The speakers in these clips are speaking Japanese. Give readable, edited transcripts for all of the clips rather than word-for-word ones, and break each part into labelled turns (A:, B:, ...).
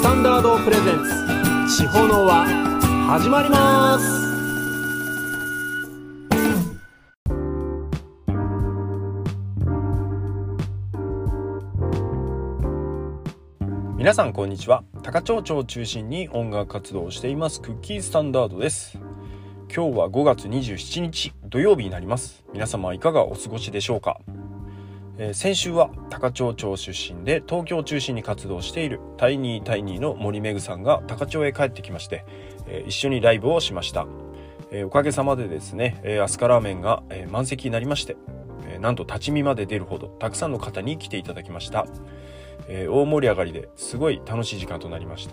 A: タンダードプレゼンツ地方の輪始まります。皆さんこんにちは。高千穂町を中心に音楽活動をしていますクッキースタンダードです。今日は5月27日土曜日になります。皆様いかがお過ごしでしょうか。先週は高千穂町出身で東京を中心に活動しているタイニーの森めぐさんが高千穂へ帰ってきまして、一緒にライブをしました。おかげさまでですね、飛鳥ラーメンが、満席になりまして、なんと立ち見まで出るほどたくさんの方に来ていただきました。大盛り上がりですごい楽しい時間となりました。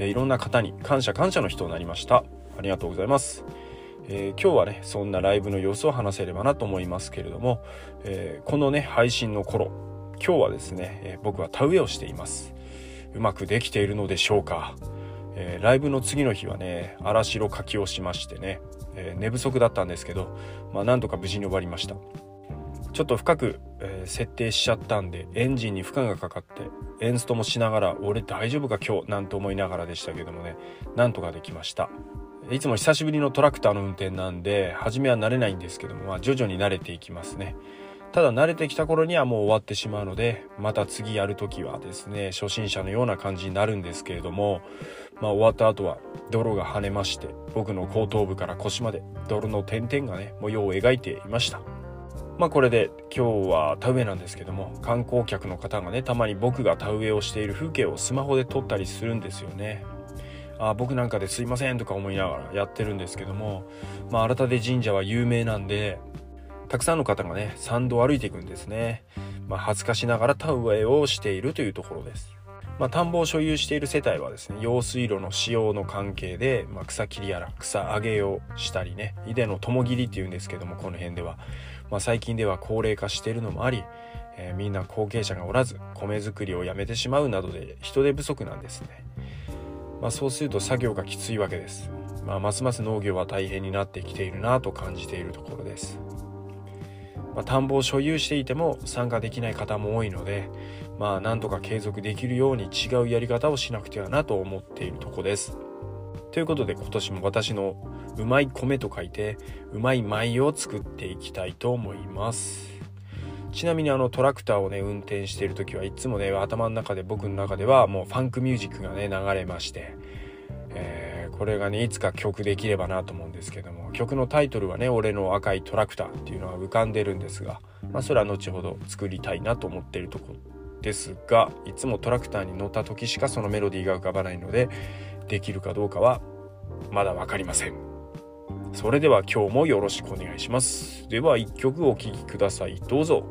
A: いろんな方に感謝の日となりました。ありがとうございます。今日はねそんなライブの様子を話せればなと思いますけれども、このね配信の頃今日はですね、僕は田植えをしています。うまくできているのでしょうか。ライブの次の日はね荒城かきをしましてね、寝不足だったんですけど、なんとか無事に終わりました。ちょっと深く、設定しちゃったんでエンジンに負荷がかかってエンストもしながら俺大丈夫か今日なんて思いながらでしたけどもね、なんとかできました。いつも久しぶりのトラクターの運転なんで初めは慣れないんですけども、徐々に慣れていきますね。ただ慣れてきた頃にはもう終わってしまうので、また次やるときはですね初心者のような感じになるんですけれども、終わった後は泥が跳ねまして、僕の後頭部から腰まで泥の点々がね模様を描いていました。これで今日は田植えなんですけども、観光客の方がねたまに僕が田植えをしている風景をスマホで撮ったりするんですよね。僕なんかですいませんとか思いながらやってるんですけども、荒田出神社は有名なんでたくさんの方がね参道を歩いていくんですね。恥ずかしながら田植えをしているというところです。田んぼを所有している世帯はですね用水路の使用の関係で、草切りやら草上げをしたりね、稲のとも切りっていうんですけども、この辺では、最近では高齢化しているのもあり、みんな後継者がおらず米作りをやめてしまうなどで人手不足なんですね。そうすると作業がきついわけです。ますます農業は大変になってきているなと感じているところです。田んぼを所有していても参加できない方も多いので、なんとか継続できるように違うやり方をしなくてはなと思っているところです。ということで今年も私のうまい米と書いてうまい米を作っていきたいと思います。ちなみにトラクターをね運転している時はいつもね頭の中で僕の中ではもうファンクミュージックがね流れまして、これがねいつか曲できればなと思うんですけども、曲のタイトルはね俺の赤いトラクターっていうのは浮かんでるんですが、それは後ほど作りたいなと思っているところですが、いつもトラクターに乗った時しかそのメロディーが浮かばないのでできるかどうかはまだ分かりません。それでは今日もよろしくお願いします。では一曲お聴きください。どうぞ。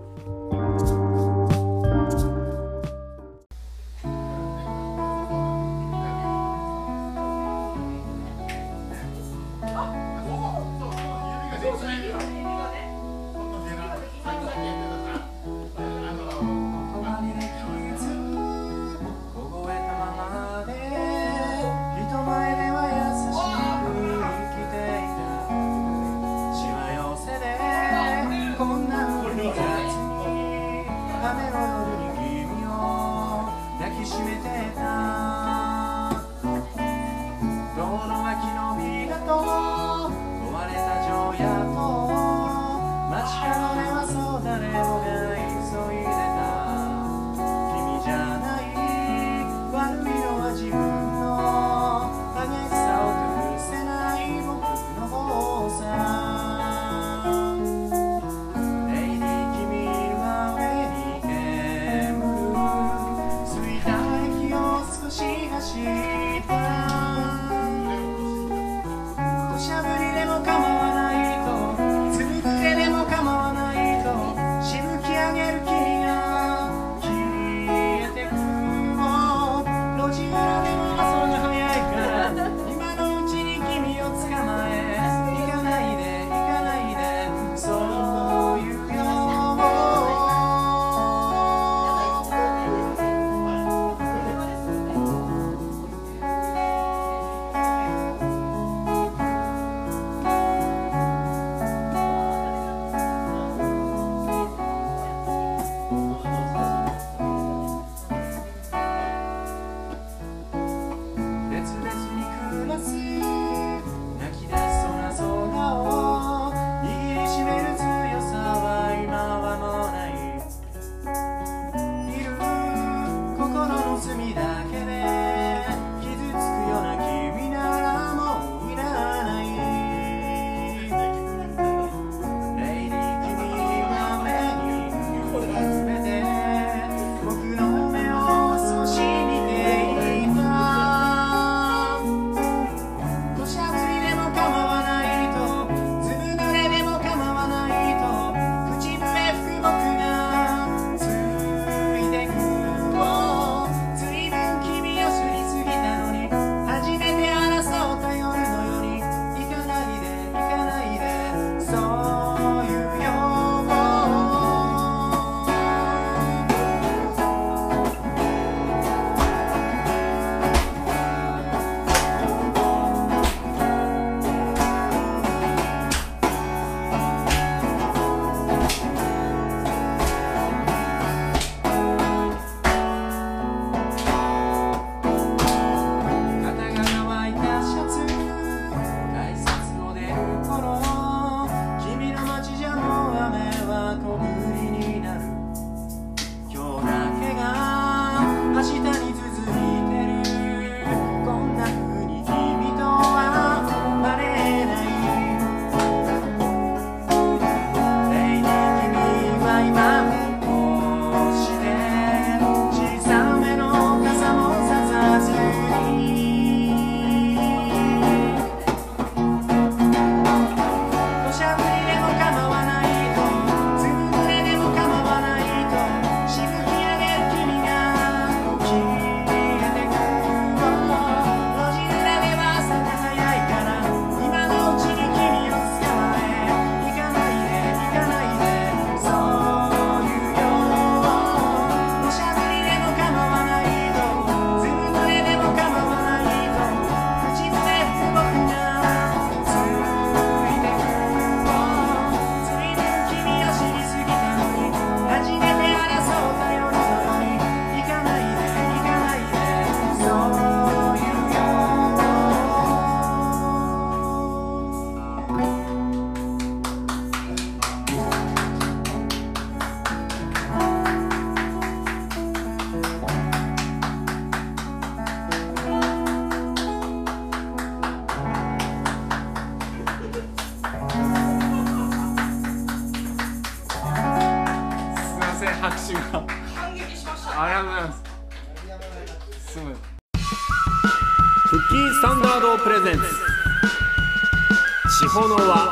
B: 感激しました。
C: ありがとうございます。すむ。
A: クッキースタンダードプレゼンツ地方の輪。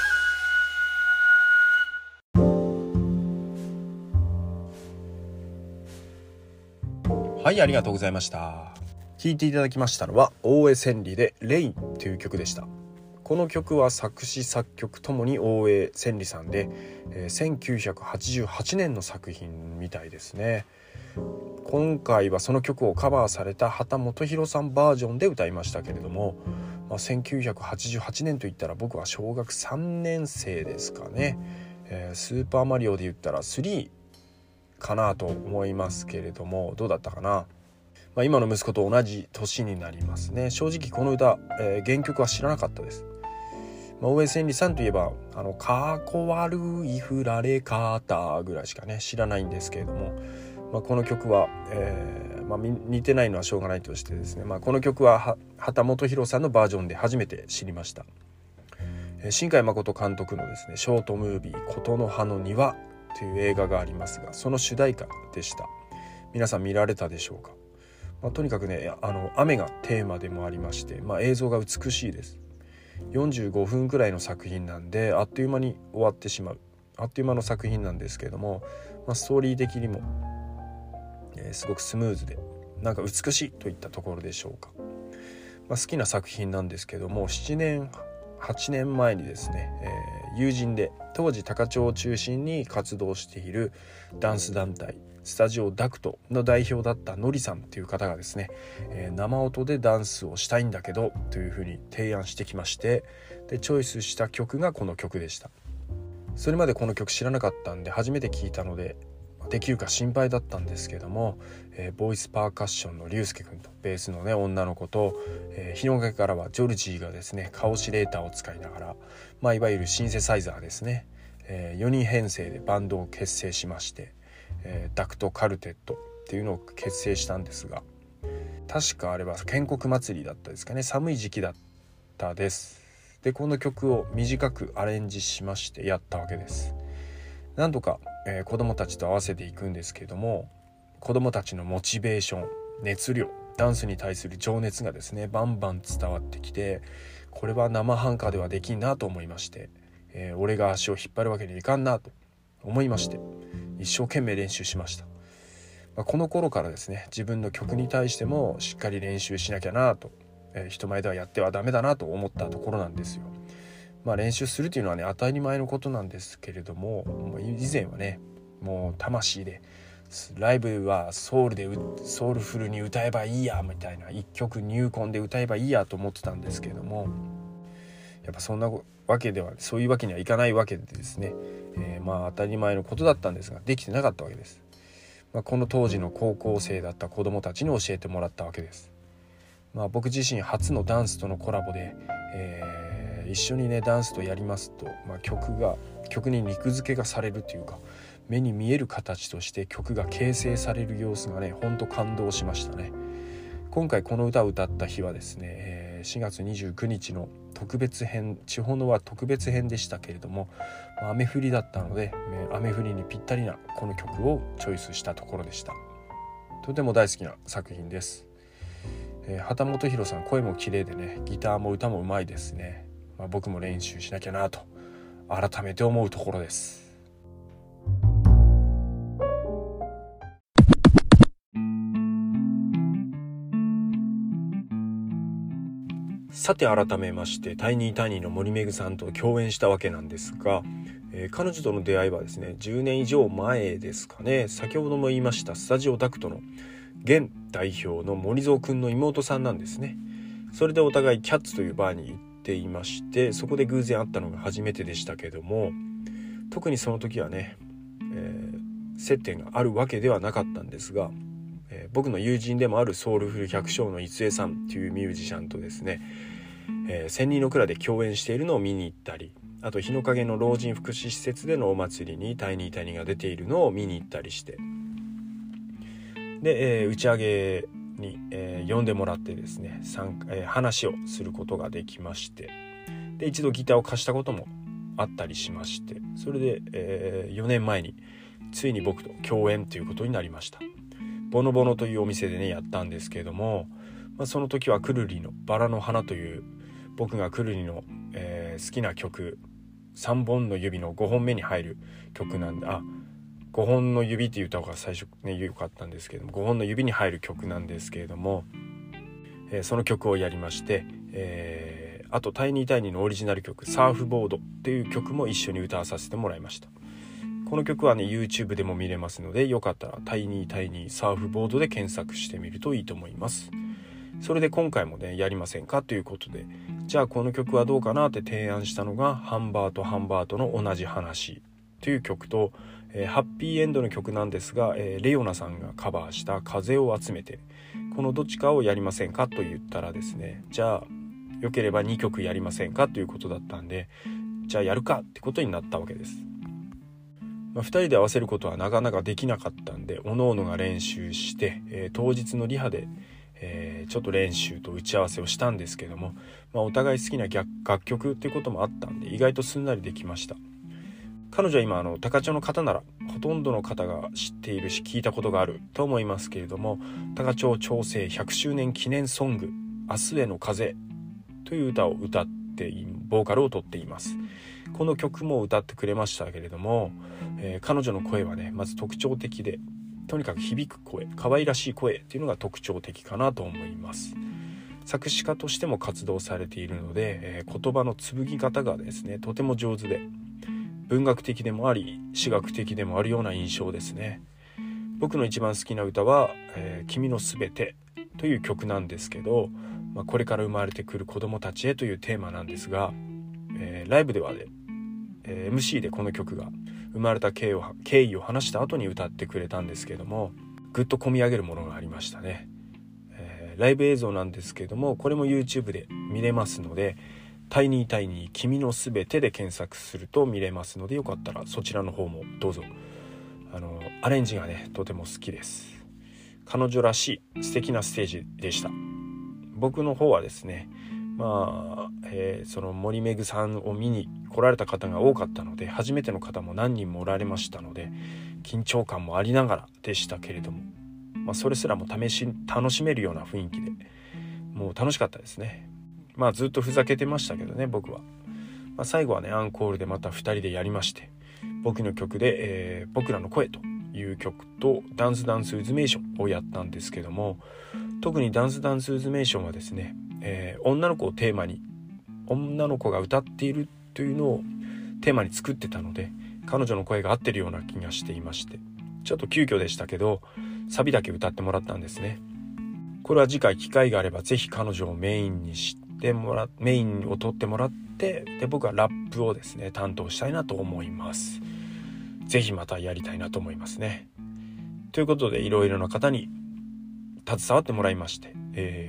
A: はい、ありがとうございました。聴いていただきましたのは大江千里でレインという曲でした。この曲は作詞作曲ともに大江千里さんで、1988年の作品みたいですね。今回はその曲をカバーされた秦基博さんバージョンで歌いましたけれども、1988年といったら僕は小学3年生ですかね。スーパーマリオで言ったら3かなと思いますけれども、どうだったかな。今の息子と同じ年になりますね。正直この歌、原曲は知らなかったです。大江千里さんといえばかっこ悪い振られ方ぐらいしかね知らないんですけれども、この曲は、似てないのはしょうがないとしてですね、この曲は秦基博さんのバージョンで初めて知りました。新海誠監督のですねショートムービー琴の葉の庭という映画がありますが、その主題歌でした。皆さん見られたでしょうか。とにかくね雨がテーマでもありまして、映像が美しいです。45分くらいの作品なんであっという間に終わってしまうあっという間の作品なんですけれども、ストーリー的にも、すごくスムーズでなんか美しいといったところでしょうか。好きな作品なんですけども、7年8年前にですね、友人で当時高千穂を中心に活動しているダンス団体スタジオダクトの代表だったのりさんという方がですね、生音でダンスをしたいんだけどというふうに提案してきまして、でチョイスした曲がこの曲でした。それまでこの曲知らなかったんで初めて聞いたのでできるか心配だったんですけども、ボイスパーカッションの龍介くんとベースのね女の子と、日の陰からはジョルジーがですねカオシレーターを使いながら、いわゆるシンセサイザーですね、4人編成でバンドを結成しまして、ダクトカルテットっていうのを結成したんですが、確かあれは建国祭りだったですかね。寒い時期だったです。でこの曲を短くアレンジしましてやったわけです。なんとか、子どもたちと合わせていくんですけれども、子どもたちのモチベーション熱量ダンスに対する情熱がですねバンバン伝わってきて、これは生半可ではできんなと思いまして、俺が足を引っ張るわけにいかんなと思いまして一生懸命練習しました。この頃からですね自分の曲に対してもしっかり練習しなきゃなと、人前ではやってはダメだなと思ったところなんですよ。練習するというのはね当たり前のことなんですけれども、以前はねもう魂でライブはソウルフルに歌えばいいやみたいな、一曲入魂で歌えばいいやと思ってたんですけれども、やっぱそんなわけではそういうわけにはいかないわけでですね、当たり前のことだったんですができてなかったわけです。この当時の高校生だった子どもたちに教えてもらったわけです。僕自身初のダンスとのコラボで、一緒にねダンスとやりますと、曲に肉付けがされるというか目に見える形として曲が形成される様子がねほんと感動しましたね。今回この歌を歌った日はですね、4月29日の特別編地方の輪特別編でしたけれども、雨降りだったので雨降りにぴったりなこの曲をチョイスしたところでした。とても大好きな作品です。秦基博さん声も綺麗でねギターも歌もうまいですね。僕も練習しなきゃなと改めて思うところです。さて改めましてタイニータニーの森めぐさんと共演したわけなんですが、彼女との出会いはですね10年以上前ですかね。先ほども言いましたスタジオダクトの現代表の森蔵くんの妹さんなんですね。それでお互いキャッツというバーに行っていまして、そこで偶然会ったのが初めてでしたけども、特にその時はね、接点があるわけではなかったんですが、僕の友人でもあるソウルフル百姓の逸江さんというミュージシャンとですね、千人の蔵で共演しているのを見に行ったり、あと日の陰の老人福祉施設でのお祭りにタイニータニーが出ているのを見に行ったりして、で、打ち上げに、呼んでもらってですね話をすることができまして、で一度ギターを貸したこともあったりしまして、それで、4年前についに僕と共演ということになりました。ボノボノというお店でねやったんですけれども、その時はくるりのバラの花という僕がくるりの、好きな曲3本の指の5本目に入る曲なんで、5本の指って言った方が最初ね良かったんですけれども、5本の指に入る曲なんですけれども、その曲をやりまして、あとタイニータイニーのオリジナル曲サーフボードっていう曲も一緒に歌わさせてもらいました。この曲はね YouTube でも見れますので、よかったらタイニータイニーサーフボードで検索してみるといいと思います。それで今回もねやりませんかということで、じゃあこの曲はどうかなって提案したのがハンバートの同じ話という曲と、ハッピーエンドの曲なんですが、レオナさんがカバーした風を集めて、このどっちかをやりませんかと言ったらですね、じゃあよければ2曲やりませんかということだったんで、じゃあやるかってことになったわけです。2人で合わせることはなかなかできなかったんで、各々が練習して、当日のリハで、ちょっと練習と打ち合わせをしたんですけども、お互い好きな楽曲っていうこともあったんで、意外とすんなりできました。彼女は今高千穂の方ならほとんどの方が知っているし聞いたことがあると思いますけれども、高千穂町政100周年記念ソング明日への風という歌を歌ってボーカルを取っています。この曲も歌ってくれましたけれども、彼女の声はねまず特徴的で、とにかく響く声、可愛らしい声っていうのが特徴的かなと思います。作詞家としても活動されているので、言葉の紡ぎ方がですねとても上手で、文学的でもあり詩学的でもあるような印象ですね。僕の一番好きな歌は、君のすべてという曲なんですけど、これから生まれてくる子どもたちへというテーマなんですが、ライブではね、MC でこの曲が生まれた経緯を話した後に歌ってくれたんですけども、ぐっと込み上げるものがありましたね。ライブ映像なんですけども、これも YouTube で見れますので、タイニータイニー君のすべてで検索すると見れますので、よかったらそちらの方もどうぞ。アレンジがねとても好きです。彼女らしい素敵なステージでした。僕の方はですね、その森めぐさんを見に来られた方が多かったので、初めての方も何人もおられましたので、緊張感もありながらでしたけれども、それすらも楽しめるような雰囲気で、もう楽しかったですね。ずっとふざけてましたけどね僕は。最後はねアンコールでまた2人でやりまして、僕の曲で、僕らの声という曲とダンスウズメーションをやったんですけども、特にダンスウズメーションはですね、女の子をテーマに、女の子が歌っているというのをテーマに作ってたので、彼女の声が合ってるような気がしていまして、ちょっと急遽でしたけどサビだけ歌ってもらったんですね。これは次回機会があればぜひ彼女をメインにメインを取ってもらって、で僕はラップをですね担当したいなと思います。ぜひまたやりたいなと思いますね。ということでいろいろな方に携わってもらいまして、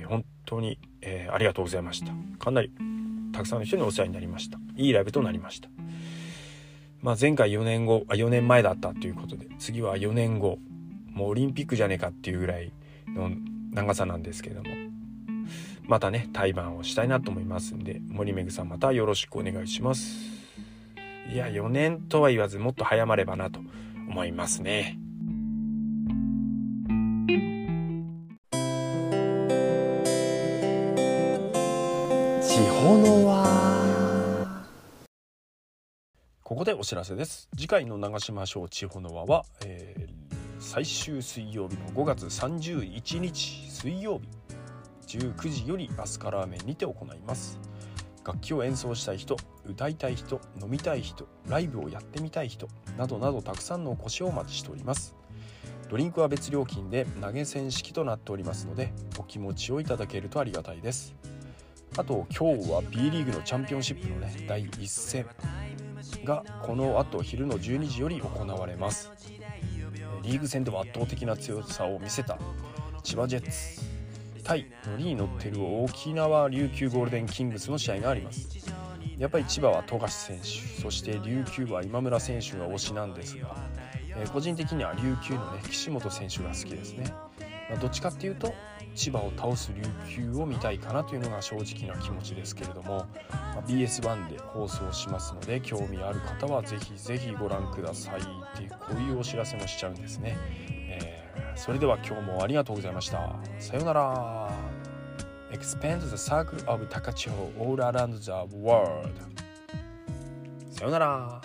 A: 本当に、ありがとうございました。かなりたくさんの人にお世話になりました。いいライブとなりました。前回4年前だったということで、次は4年後、もうオリンピックじゃねえかっていうぐらいの長さなんですけれども、またね対バンをしたいなと思いますんで、森めぐさんまたよろしくお願いします。いや4年とは言わずもっと早まればなと思いますね。
C: 地方の輪。
A: ここでお知らせです。次回の流しましょう地方の輪は、最終水曜日の5月31日水曜日19時よりアスカラーメンにて行います。楽器を演奏したい人、歌いたい人、飲みたい人、ライブをやってみたい人などなどたくさんのお越しをお待ちしております。ドリンクは別料金で投げ銭式となっておりますので、お気持ちをいただけるとありがたいです。あと今日は B リーグのチャンピオンシップのね第1戦がこの後昼の12時より行われます。リーグ戦では圧倒的な強さを見せた千葉ジェッツ対乗りに乗っている沖縄琉球ゴールデンキングスの試合があります。やっぱり千葉は富樫選手、そして琉球は今村選手が推しなんですが、個人的には琉球のね岸本選手が好きですね。 どっちかっていうと千葉を倒す琉球を見たいかなというのが正直な気持ちですけれども、BS1 で放送しますので興味ある方はぜひぜひご覧くださいっていうこういうお知らせもしちゃうんですね。それでは今日もありがとうございました。さようなら。 Expand the circle of Takachiho all around the world。 さようなら。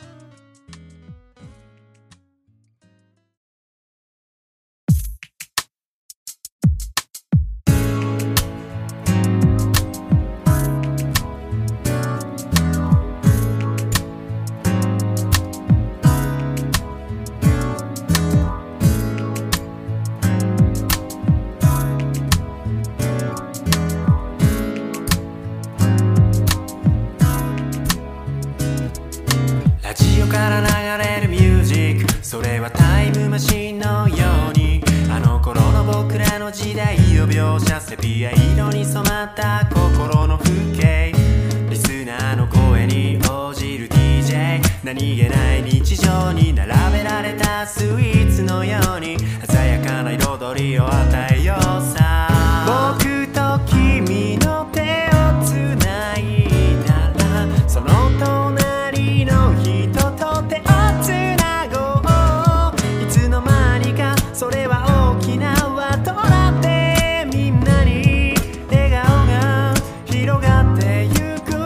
C: から流れるミュージック、それはタイムマシンのようにあの頃の僕らの時代を描写、セピア色に染まった心の風景、リスナーの声に応じる DJ、 何気ない日常に並べられたスイーツのように鮮やかな彩りを与えようさ。僕と君の手をつないだら、その隣の人と手をつなごう。いつの間にかそれは大きな輪となってみんなに笑顔が広がってゆく。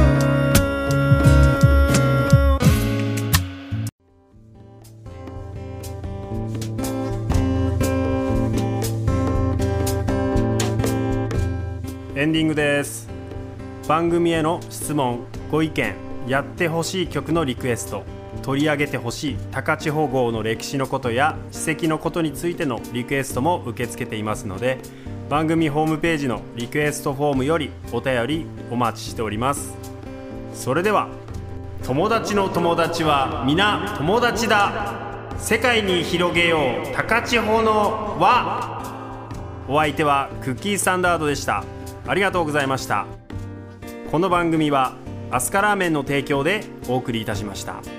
B: エンディングです。番組への質問、ご意見、やってほしい曲のリクエスト、取り上げてほしい高千穂号の歴史のことや史跡のことについてのリクエストも受け付けていますので、番組ホームページのリクエストフォームよりお便りお待ちしております。それでは、友達の友達は皆友達だ、世界に広げよう高千穂の輪。お相手はクッキースタンダードでした。ありがとうございました。この番組はアスカラーメンの提供でお送りいたしました。